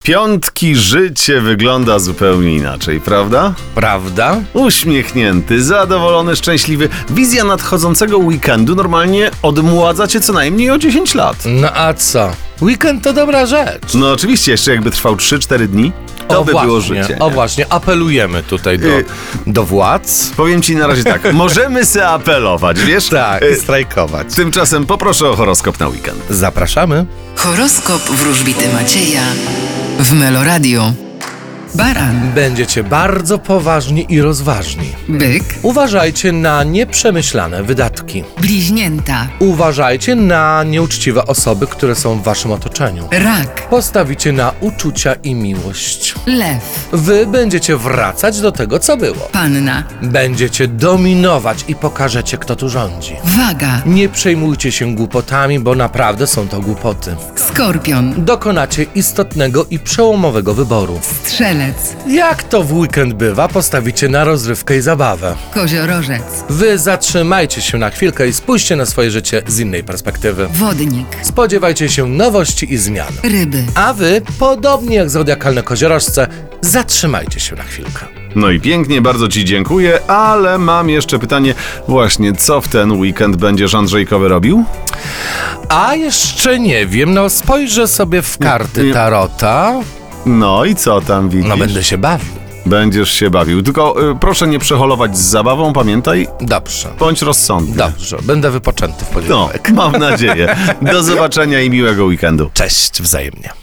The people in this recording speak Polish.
Piątki życie wygląda zupełnie inaczej, prawda? Prawda? Uśmiechnięty, zadowolony, szczęśliwy. Wizja nadchodzącego weekendu normalnie odmładza cię co najmniej o 10 lat. No a co? Weekend to dobra rzecz. No oczywiście, jeszcze jakby trwał 3-4 dni, to by było życie. O właśnie, apelujemy tutaj do władz. Powiem ci na razie tak, możemy se apelować, wiesz? Tak, strajkować. Tymczasem poproszę o horoskop na weekend. Zapraszamy. Horoskop wróżbity Macieja w Meloradio. Baran, Będziecie bardzo poważni i rozważni. byk, Uważajcie na nieprzemyślane wydatki. bliźnięta, Uważajcie na nieuczciwe osoby, które są w waszym otoczeniu. rak, Postawicie na uczucia i miłość. lew, Wy będziecie wracać do tego, co było. panna, Będziecie dominować i pokażecie, kto tu rządzi. waga, Nie przejmujcie się głupotami, bo naprawdę są to głupoty. skorpion, Dokonacie istotnego i przełomowego wyboru. strzelec, Jak to w weekend bywa, postawicie na rozrywkę i zabawę. koziorożec, Wy zatrzymajcie się na chwilkę i spójrzcie na swoje życie z innej perspektywy. wodnik, Spodziewajcie się nowości i zmian. ryby. A wy, podobnie jak zodiakalne koziorożce, zatrzymajcie się na chwilkę. No i pięknie, bardzo ci dziękuję, ale mam jeszcze pytanie, właśnie co w ten weekend będziesz Andrzejkowy robił? A jeszcze nie wiem, no spojrzę sobie w karty tarota. No i co tam widzisz? No będę się bawił. Będziesz się bawił, tylko proszę nie przeholować z zabawą, pamiętaj, Dobrze. bądź rozsądny. Dobrze, będę wypoczęty w No, poniedziałek. mam nadzieję. Do zobaczenia i miłego weekendu. Cześć, wzajemnie.